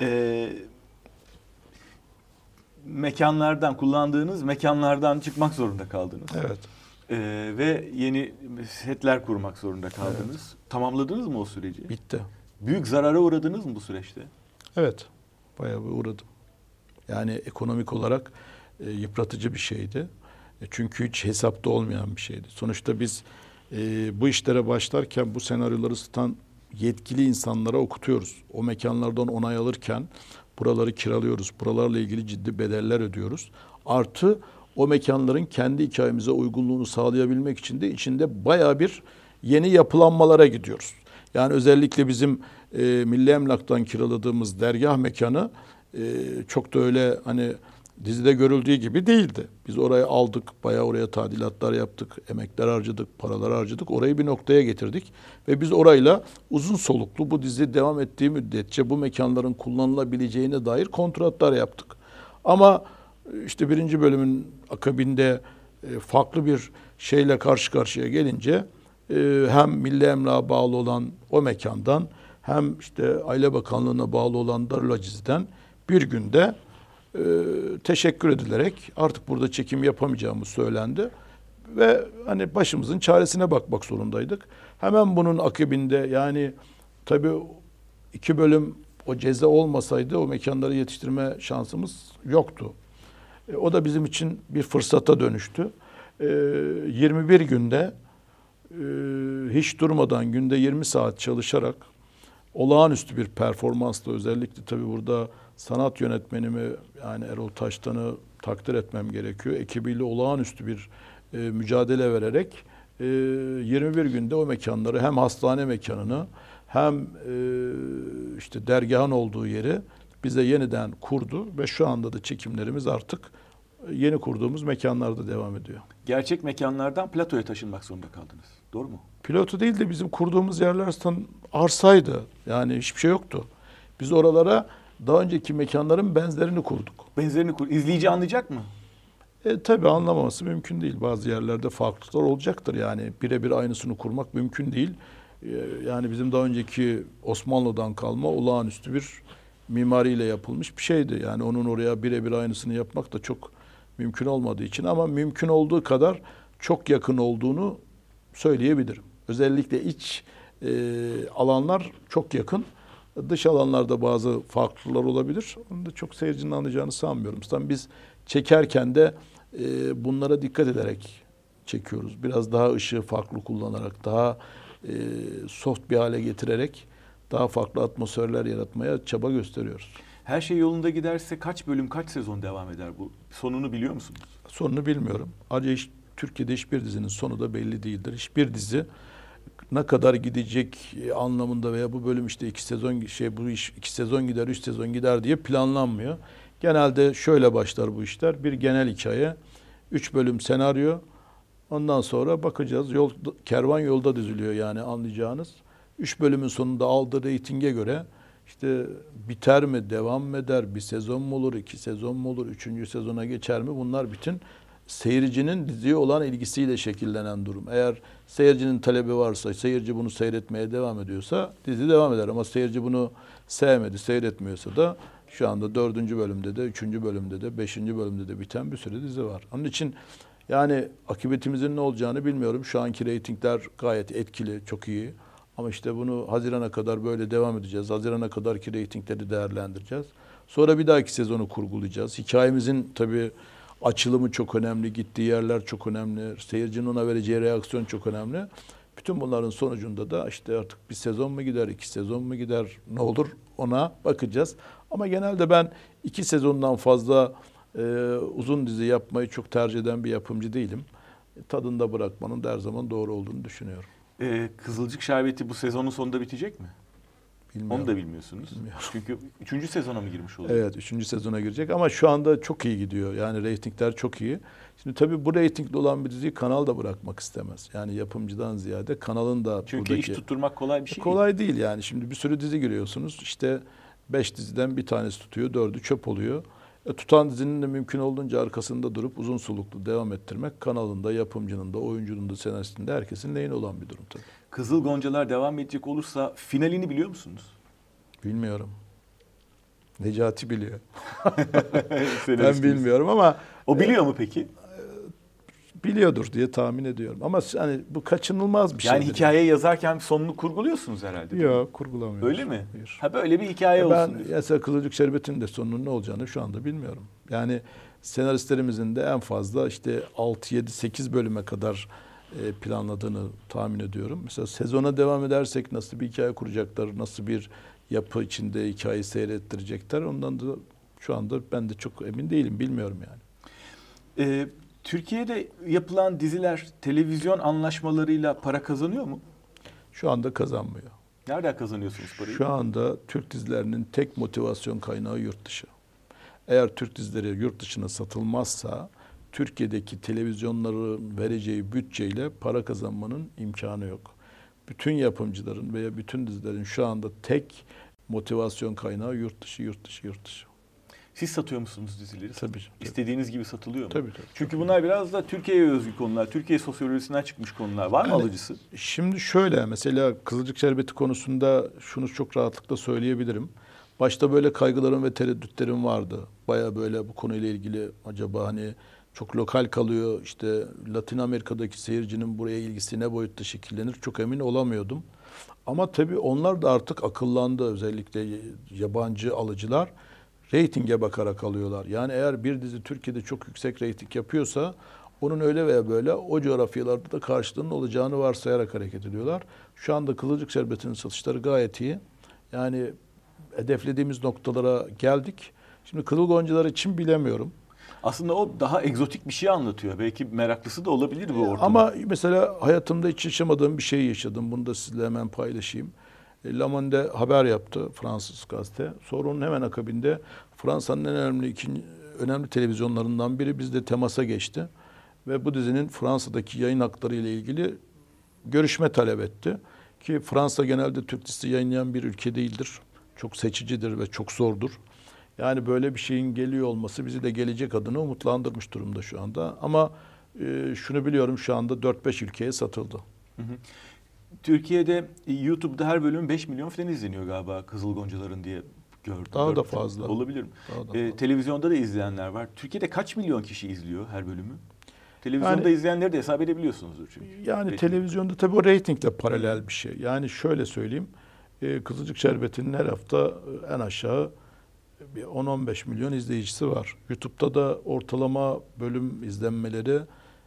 Kullandığınız mekanlardan çıkmak zorunda kaldınız. Evet. Ve yeni setler kurmak zorunda kaldınız. Evet. Tamamladınız mı o süreci? Bitti. Büyük zarara uğradınız mı bu süreçte? Evet. Bayağı bir uğradım. Yani ekonomik olarak yıpratıcı bir şeydi. Çünkü hiç hesapta olmayan bir şeydi. Sonuçta biz bu işlere başlarken bu senaryoları ısıtan yetkili insanlara okutuyoruz. O mekanlardan onay alırken buraları kiralıyoruz. Buralarla ilgili ciddi bedeller ödüyoruz. Artı o mekanların kendi hikayemize uygunluğunu sağlayabilmek için de içinde bayağı bir yeni yapılanmalara gidiyoruz. Yani özellikle bizim Milli Emlak'tan kiraladığımız dergah mekanı çok da öyle hani dizide görüldüğü gibi değildi. Biz orayı aldık, bayağı oraya tadilatlar yaptık, emekler harcadık, paralar harcadık. Orayı bir noktaya getirdik ve biz orayla uzun soluklu bu dizi devam ettiği müddetçe bu mekanların kullanılabileceğine dair kontratlar yaptık. Ama işte 1. bölümün akabinde farklı bir şeyle karşı karşıya gelince hem Milli Emlak'a bağlı olan o mekandan hem işte Aile Bakanlığı'na bağlı olan Darül Aciz'den bir günde Teşekkür edilerek artık burada çekim yapamayacağımız söylendi. Ve hani başımızın çaresine bakmak zorundaydık. Hemen bunun akabinde yani tabii 2 bölüm o ceza olmasaydı o mekanları yetiştirme şansımız yoktu. O da bizim için bir fırsata dönüştü. 21 günde hiç durmadan günde 20 saat çalışarak olağanüstü bir performansla özellikle tabii burada sanat yönetmenimi yani Erol Taştan'ı takdir etmem gerekiyor. Ekibiyle olağanüstü bir mücadele vererek 21 günde o mekanları hem hastane mekanını hem işte dergahın olduğu yeri bize yeniden kurdu ve şu anda da çekimlerimiz artık yeni kurduğumuz mekanlarda devam ediyor. Gerçek mekanlardan platoya taşınmak zorunda kaldınız. Doğru mu? Pilotu değil de bizim kurduğumuz yerler aslında arsaydı. Yani hiçbir şey yoktu. Biz oralara daha önceki mekanların benzerini kurduk. Benzerini izleyici anlayacak mı? Tabii anlamaması mümkün değil. Bazı yerlerde farklılıklar olacaktır. Yani birebir aynısını kurmak mümkün değil. Yani bizim daha önceki Osmanlı'dan kalma olağanüstü bir mimariyle yapılmış bir şeydi. Yani onun oraya birebir aynısını yapmak da çok mümkün olmadığı için ama mümkün olduğu kadar çok yakın olduğunu söyleyebilirim. Özellikle iç alanlar çok yakın. Dış alanlarda bazı farklılıklar olabilir. Onu da çok seyircinin anlayacağını sanmıyorum. Zaten biz çekerken de bunlara dikkat ederek çekiyoruz. Biraz daha ışığı farklı kullanarak, daha soft bir hale getirerek daha farklı atmosferler yaratmaya çaba gösteriyoruz. Her şey yolunda giderse kaç bölüm, kaç sezon devam eder bu? Sonunu biliyor musunuz? Sonunu bilmiyorum. Ayrıca Türkiye'de hiçbir dizinin sonu da belli değildir. Hiçbir dizi ne kadar gidecek anlamında veya bu bölüm işte 2 sezon bu iş 2 sezon gider, 3 sezon gider diye planlanmıyor. Genelde şöyle başlar bu işler. Bir genel hikaye, 3 bölüm senaryo. Ondan sonra bakacağız. Kervan yolda diziliyor yani anlayacağınız. 3 bölümün sonunda aldığı reytinge göre işte biter mi, devam mı eder, bir sezon mu olur, 2 sezon mu olur, 3. sezona geçer mi? Bunlar bütün seyircinin diziye olan ilgisiyle şekillenen durum. Eğer seyircinin talebi varsa, seyirci bunu seyretmeye devam ediyorsa dizi devam eder. Ama seyirci bunu sevmedi, seyretmiyorsa da şu anda 4. bölümde de, 3. bölümde de, 5. bölümde de biten bir sürü dizi var. Onun için yani akıbetimizin ne olacağını bilmiyorum. Şu anki reytingler gayet etkili, çok iyi. Ama işte bunu Haziran'a kadar böyle devam edeceğiz. Haziran'a kadarki reytingleri değerlendireceğiz. Sonra bir dahaki sezonu kurgulayacağız. Hikayemizin tabii açılımı çok önemli, gittiği yerler çok önemli, seyircinin ona vereceği reaksiyon çok önemli. Bütün bunların sonucunda da işte artık bir sezon mu gider, 2 sezon mu gider, ne olur ona bakacağız. Ama genelde ben 2 sezondan fazla uzun dizi yapmayı çok tercih eden bir yapımcı değilim. Tadında bırakmanın da her zaman doğru olduğunu düşünüyorum. Kızılcık Şerbeti bu sezonun sonunda bitecek mi? Bilmiyorum. Onu da bilmiyorsunuz. Bilmiyorum. Çünkü 3. sezona mı girmiş oluyor? Evet, 3. sezona girecek ama şu anda çok iyi gidiyor. Yani reytingler çok iyi. Şimdi tabii bu reytingli olan bir diziyi kanal da bırakmak istemez. Yani yapımcıdan ziyade kanalın da Çünkü buradaki... iş tutturmak kolay bir şey değil. Kolay değil yani. Şimdi bir sürü dizi giriyorsunuz. İşte 5 diziden bir tanesi tutuyor, 4'ü çöp oluyor. Tutan dizinin de mümkün olduğunca arkasında durup uzun soluklu devam ettirmek kanalında, yapımcının da, oyuncunun da, senaristinin de herkesin lehine olan bir durum tabii. Kızıl Goncalar devam edecek olursa finalini biliyor musunuz? Bilmiyorum. Necati biliyor. Ben Ben bilmiyorum ama... O biliyor mu peki? Biliyordur diye tahmin ediyorum. Ama hani bu kaçınılmaz bir şey. Yani hikaye yazarken sonunu kurguluyorsunuz herhalde. Yok, kurgulamıyoruz. Öyle mi? Hayır. Ha böyle bir hikaye olsun. Ben diyorsun. mesela Kızılcık Şerbeti'nin de sonunun ne olacağını şu anda bilmiyorum. Yani senaristlerimizin de en fazla işte 6, 7, 8 bölüme kadar planladığını tahmin ediyorum. Mesela sezona devam edersek nasıl bir hikaye kuracaklar, nasıl bir yapı içinde hikayeyi seyrettirecekler. Ondan da şu anda ben de çok emin değilim, bilmiyorum yani. Türkiye'de yapılan diziler televizyon anlaşmalarıyla para kazanıyor mu? Şu anda kazanmıyor. Nereden kazanıyorsunuz parayı? Şu anda Türk dizilerinin tek motivasyon kaynağı yurt dışı. Eğer Türk dizileri yurt dışına satılmazsa Türkiye'deki televizyonların vereceği bütçeyle para kazanmanın imkanı yok. Bütün yapımcıların veya bütün dizilerin şu anda tek motivasyon kaynağı yurt dışı, yurt dışı, yurt dışı. Siz satıyor musunuz dizileri? Tabii. İstediğiniz gibi satılıyor mu? Tabii. Çünkü bunlar biraz da Türkiye'ye özgü konular. Türkiye sosyolojisinden çıkmış konular. Var mı alıcısı? Şimdi şöyle mesela Kızılcık Şerbeti konusunda şunu çok rahatlıkla söyleyebilirim. Başta böyle kaygılarım ve tereddütlerim vardı. Baya böyle bu konuyla ilgili acaba hani çok lokal kalıyor, işte Latin Amerika'daki seyircinin buraya ilgisi ne boyutta şekillenir çok emin olamıyordum. Ama tabii onlar da artık akıllandı, özellikle yabancı alıcılar reytinge bakarak alıyorlar. Yani eğer bir dizi Türkiye'de çok yüksek reyting yapıyorsa onun öyle veya böyle o coğrafyalarda da karşılığının olacağını varsayarak hareket ediyorlar. Şu anda Kızılcık Şerbeti'nin satışları gayet iyi. Yani hedeflediğimiz noktalara geldik. Şimdi Kızıl Goncalar için bilemiyorum. Aslında o daha egzotik bir şey anlatıyor. Belki meraklısı da olabilir bu ortamda. Ama mesela hayatımda hiç yaşamadığım bir şey yaşadım. Bunu da sizinle hemen paylaşayım. Le Monde haber yaptı, Fransız gazete. Sonra onun hemen akabinde Fransa'nın en önemli televizyonlarından biri bizle temasa geçti. Ve bu dizinin Fransa'daki yayın hakları ile ilgili görüşme talep etti. Ki Fransa genelde Türk dizisi yayınlayan bir ülke değildir. Çok seçicidir ve çok zordur. Yani böyle bir şeyin geliyor olması bizi de gelecek adına umutlandırmış durumda şu anda. Ama şunu biliyorum, şu anda 4-5 ülkeye satıldı. Hı hı. Türkiye'de YouTube'da her bölüm 5 milyon falan izleniyor galiba Kızıl Goncaların diye gördüm. Daha da fazla. Olabilir mi? Daha da fazla. Televizyonda da izleyenler var. Türkiye'de kaç milyon kişi izliyor her bölümü? Televizyonda Yani, izleyenleri de hesap edebiliyorsunuzdur çünkü. Yani televizyonda tabii o reytingle paralel bir şey. Yani şöyle söyleyeyim. Kızılcık Şerbeti'nin her hafta en aşağı bir 10-15 milyon izleyicisi var. YouTube'da da ortalama bölüm izlenmeleri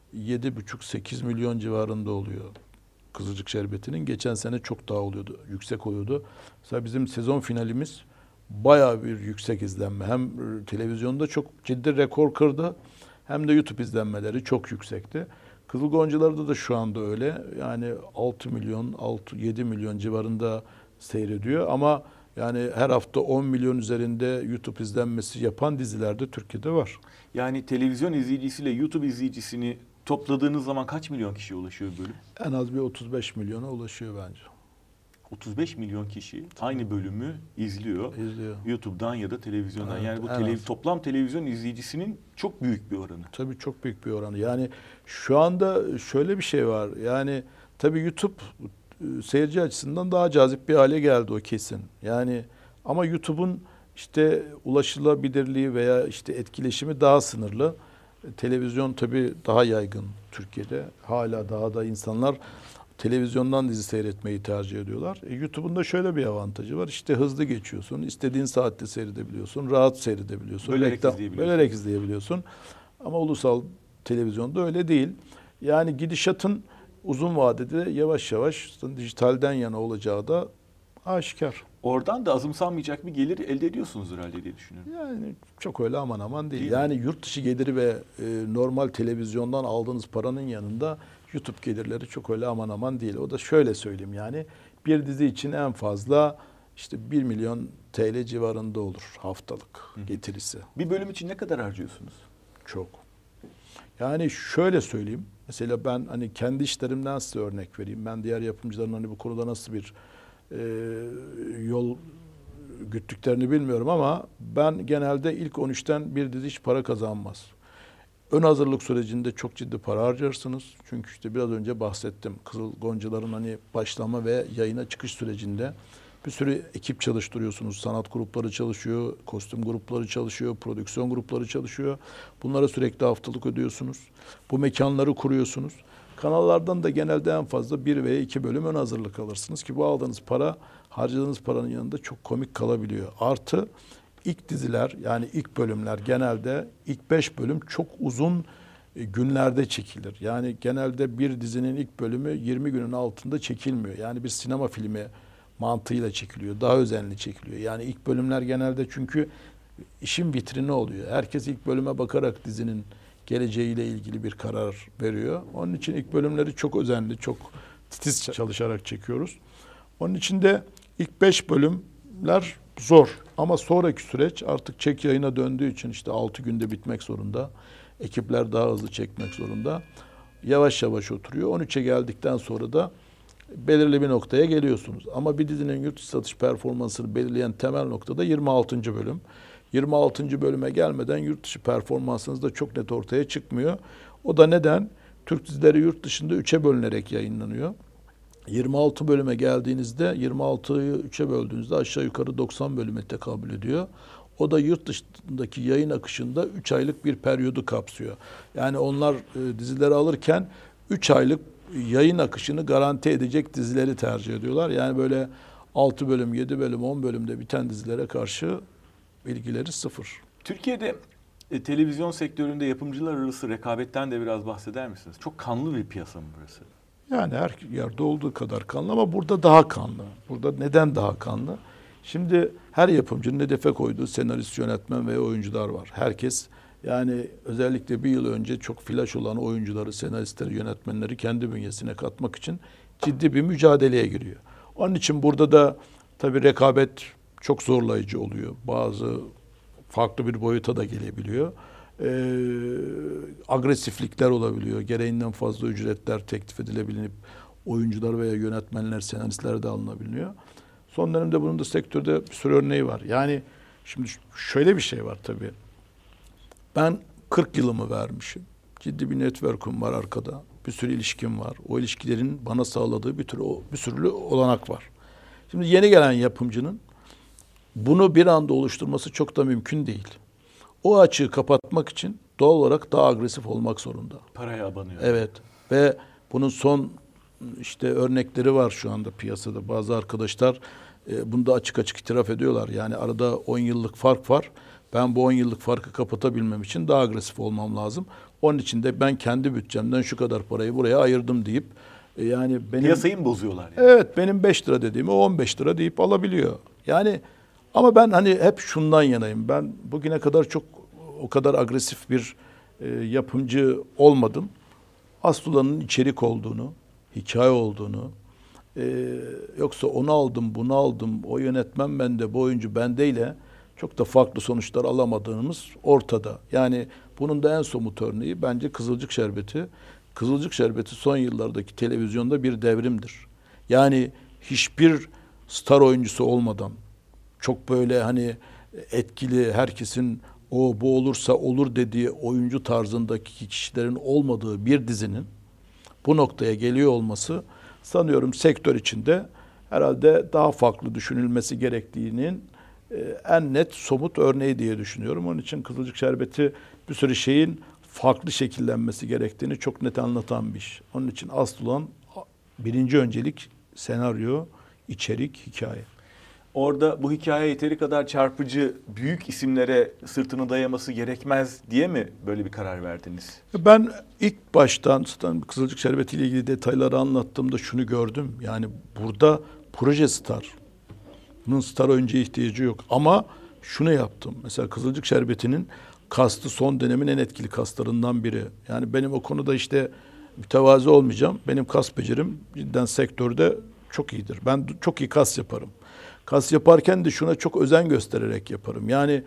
7,5-8 milyon civarında oluyor. Kızılcık Şerbeti'nin geçen sene çok daha oluyordu, yüksek oluyordu. Mesela bizim sezon finalimiz bayağı bir yüksek izlenme. Hem televizyonda çok ciddi rekor kırdı, hem de YouTube izlenmeleri çok yüksekti. Kızıl Goncalar'da da şu anda öyle. Yani 6 milyon, 6-7 milyon civarında seyrediyor ama yani her hafta 10 milyon üzerinde YouTube izlenmesi yapan diziler de Türkiye'de var. Yani televizyon izleyicisiyle YouTube izleyicisini topladığınız zaman kaç milyon kişiye ulaşıyor bölüm? En az bir 35 milyona ulaşıyor bence. 35 milyon kişi aynı bölümü izliyor. YouTube'dan ya da televizyondan. Evet, Yani bu toplam televizyon izleyicisinin çok büyük bir oranı. Tabii çok büyük bir oranı. Yani şu anda şöyle bir şey var. Yani tabii YouTube seyirci açısından daha cazip bir hale geldi, o kesin. Yani ama YouTube'un işte ulaşılabilirliği veya işte etkileşimi daha sınırlı. Televizyon tabii daha yaygın Türkiye'de. Hala daha da insanlar televizyondan dizi seyretmeyi tercih ediyorlar. YouTube'un da şöyle bir avantajı var. İşte hızlı geçiyorsun. İstediğin saatte seyredebiliyorsun. Rahat seyredebiliyorsun. Bölerek izleyebiliyorsun. Ama ulusal televizyonda öyle değil. Yani gidişatın uzun vadede yavaş yavaş dijitalden yana olacağı da aşikar. Oradan da azımsanmayacak bir gelir elde ediyorsunuz herhalde diye düşünüyorum. Yani çok öyle aman aman değil. Değil Yani yurt dışı geliri ve normal televizyondan aldığınız paranın yanında YouTube gelirleri çok öyle aman aman değil. O da şöyle söyleyeyim, yani bir dizi için en fazla işte 1 milyon TL civarında olur haftalık getirisi. Bir bölüm için ne kadar harcıyorsunuz? Çok. Yani şöyle söyleyeyim. Mesela ben hani kendi işlerimden size örnek vereyim. Ben diğer yapımcıların hani bu konuda nasıl bir yol güttüklerini bilmiyorum ama ben genelde ilk 13'ten bir dizi hiç para kazanmaz. Ön hazırlık sürecinde çok ciddi para harcarsınız. Çünkü işte biraz önce bahsettim. Kızıl Goncaların hani başlama ve yayına çıkış sürecinde bir sürü ekip çalıştırıyorsunuz. Sanat grupları çalışıyor, kostüm grupları çalışıyor, prodüksiyon grupları çalışıyor. Bunlara sürekli haftalık ödüyorsunuz. Bu mekanları kuruyorsunuz. Kanallardan da genelde en fazla 1 veya 2 bölüm ön hazırlık alırsınız ki bu aldığınız para harcadığınız paranın yanında çok komik kalabiliyor. Artı ilk diziler, yani ilk bölümler, genelde ilk 5 bölüm çok uzun günlerde çekilir. Yani genelde bir dizinin ilk bölümü 20 günün altında çekilmiyor. Yani bir sinema filmi mantığıyla çekiliyor. Daha özenli çekiliyor. Yani ilk bölümler genelde çünkü işin vitrini oluyor. Herkes ilk bölüme bakarak dizinin geleceğiyle ilgili bir karar veriyor. Onun için ilk bölümleri çok özenli, çok titiz çalışarak çekiyoruz. Onun için de ilk 5 bölümler zor. Ama sonraki süreç artık çek yayına döndüğü için işte 6 günde bitmek zorunda. Ekipler daha hızlı çekmek zorunda. Yavaş yavaş oturuyor. 13'e geldikten sonra da belirli bir noktaya geliyorsunuz. Ama bir dizinin yurt dışı satış performansını belirleyen temel noktada 26. bölüm. 26. bölüme gelmeden yurt dışı performansınız da çok net ortaya çıkmıyor. O da neden? Türk dizileri yurt dışında 3'e bölünerek yayınlanıyor. 26 bölüme geldiğinizde 26'yı 3'e böldüğünüzde aşağı yukarı 90 bölüme tekabül ediyor. O da yurt dışındaki yayın akışında 3 aylık bir periyodu kapsıyor. Yani onlar dizileri alırken 3 aylık yayın akışını garanti edecek dizileri tercih ediyorlar. Yani böyle 6 bölüm, 7 bölüm, 10 bölümde biten dizilere karşı bilgileri sıfır. Türkiye'de televizyon sektöründe yapımcılar arası rekabetten de biraz bahseder misiniz? Çok kanlı bir piyasa mı burası? Yani her yerde olduğu kadar kanlı ama burada daha kanlı. Burada neden daha kanlı? Şimdi her yapımcının hedefe koyduğu senarist, yönetmen ve oyuncular var. Herkes yani özellikle bir yıl önce çok flash olan oyuncuları, senaristleri, yönetmenleri kendi bünyesine katmak için ciddi bir mücadeleye giriyor. Onun için burada da tabii rekabet çok zorlayıcı oluyor. Bazı farklı bir boyuta da gelebiliyor. Agresiflikler olabiliyor. Gereğinden fazla ücretler teklif edilebilip oyuncular veya yönetmenler, senaristler de alınabiliyor. Son dönemde bunun da sektörde bir sürü örneği var. Yani şimdi şöyle bir şey var tabii. Ben 40 yılımı vermişim. Ciddi bir network'üm var arkada. Bir sürü ilişkim var. O ilişkilerin bana sağladığı bir sürü olanak var. Şimdi yeni gelen yapımcının bunu bir anda oluşturması çok da mümkün değil. O açığı kapatmak için doğal olarak daha agresif olmak zorunda. Paraya abanıyor. Evet ve bunun son işte örnekleri var şu anda piyasada. Bazı arkadaşlar bunda açık açık itiraf ediyorlar. Yani arada 10 yıllık fark var. Ben bu 10 yıllık farkı kapatabilmem için daha agresif olmam lazım. Onun için de ben kendi bütçemden şu kadar parayı buraya ayırdım deyip yani benim piyasayı mı bozuyorlar yani? Evet, benim 5 lira dediğimi 15 lira deyip alabiliyor. Yani ama ben hani hep şundan yanayım. Ben bugüne kadar çok o kadar agresif bir yapımcı olmadım. Aslı'nın içerik olduğunu, hikaye olduğunu, yoksa onu aldım, bunu aldım, o yönetmen bende, bu oyuncu bendeyle çok da farklı sonuçlar alamadığımız ortada. Yani bunun da en somut örneği bence Kızılcık Şerbeti. Kızılcık Şerbeti son yıllardaki televizyonda bir devrimdir. Yani hiçbir star oyuncusu olmadan çok böyle hani etkili, herkesin o bu olursa olur dediği oyuncu tarzındaki kişilerin olmadığı bir dizinin bu noktaya geliyor olması sanıyorum sektör içinde herhalde daha farklı düşünülmesi gerektiğinin en net somut örneği diye düşünüyorum. Onun için Kızılcık Şerbeti bir sürü şeyin farklı şekillenmesi gerektiğini çok net anlatan bir iş. Onun için asıl olan birinci öncelik senaryo, içerik, hikaye. Orada bu hikaye yeteri kadar çarpıcı, büyük isimlere sırtını dayaması gerekmez diye mi böyle bir karar verdiniz? Ben ilk baştan Kızılcık Şerbeti ile ilgili detayları anlattığımda şunu gördüm. Yani burada proje star. Bunun star oyuncuya ihtiyacı yok. Ama şunu yaptım. Mesela Kızılcık Şerbeti'nin kastı son dönemin en etkili kastlarından biri. Yani benim o konuda işte mütevazı olmayacağım. Benim kas becerim cidden sektörde çok iyidir. Ben çok iyi kas yaparım. Kas yaparken de şuna çok özen göstererek yaparım. Yani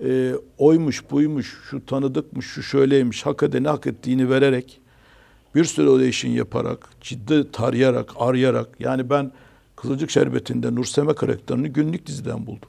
oymuş, buymuş, şu tanıdıkmış, şu şöyleymiş, hak edeni hak ettiğini vererek, bir sürü audition yaparak, ciddi tarayarak, arayarak. Yani ben Kızılcık Şerbeti'nde Nurseme karakterini günlük diziden buldum.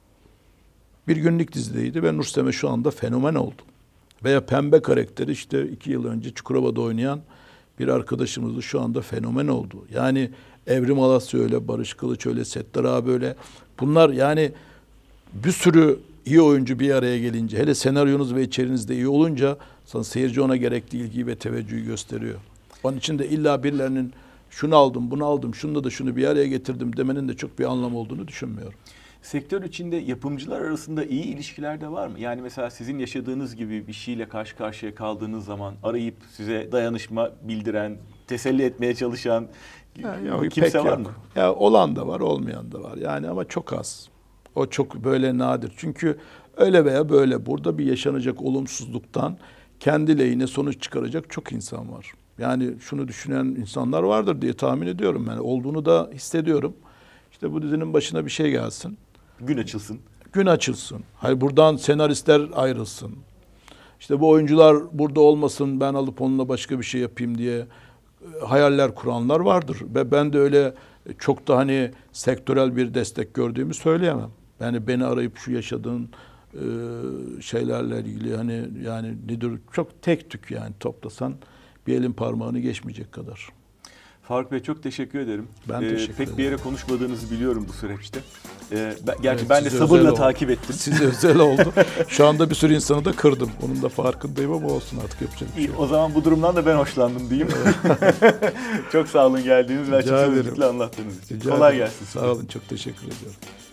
Bir günlük dizideydi ve Nurseme şu anda fenomen oldu. Veya Pembe karakteri işte 2 yıl önce Çukurova'da oynayan bir arkadaşımız da şu anda fenomen oldu. Yani Evrim Alasya öyle, Barış Kılıç öyle, Settar abi öyle. Bunlar yani bir sürü iyi oyuncu bir araya gelince, hele senaryonuz ve içeriğiniz de iyi olunca seyirci ona gerektiği ilgiyi ve teveccühü gösteriyor. Onun için de illa birilerinin şunu aldım, bunu aldım, şunu da şunu bir araya getirdim demenin de çok bir anlam olduğunu düşünmüyorum. Sektör içinde yapımcılar arasında iyi ilişkiler de var mı? Yani mesela sizin yaşadığınız gibi bir şeyle karşı karşıya kaldığınız zaman arayıp size dayanışma bildiren, teselli etmeye çalışan kimse var mı? Ya olan da var, olmayan da var. Yani ama çok az. O çok böyle nadir. Çünkü öyle veya böyle burada bir yaşanacak olumsuzluktan kendi lehine sonuç çıkaracak çok insan var. Yani şunu düşünen insanlar vardır diye tahmin ediyorum. Yani olduğunu da hissediyorum. İşte bu dizinin başına bir şey gelsin. Gün açılsın. Gün açılsın. Hayır, buradan senaristler ayrılsın. İşte bu oyuncular burada olmasın, ben alıp onunla başka bir şey yapayım diye hayaller kuranlar vardır. Ve ben de öyle çok da hani sektörel bir destek gördüğümü söyleyemem. Yani beni arayıp şu yaşadığın şeylerle ilgili hani yani nedir çok tek tük yani toplasan bir elin parmağını geçmeyecek kadar. Faruk Bey çok teşekkür ederim. Ben teşekkür Pek ederim. bir yere konuşmadığınızı biliyorum bu süreçte. Gerçi Evet, ben de size sabırla özel oldu. takip ettim. Size özel oldu. Şu anda bir sürü insanı da kırdım. Onun da farkındayım ama olsun, artık yapacak bir şey yok. O zaman bu durumdan da ben hoşlandım diyeyim. Çok sağ olun geldiğiniz ve açık Rica ederim. sözlükle anlattığınız için. Rica Kolay ederim. gelsin. Sağ olun, çok teşekkür ediyorum.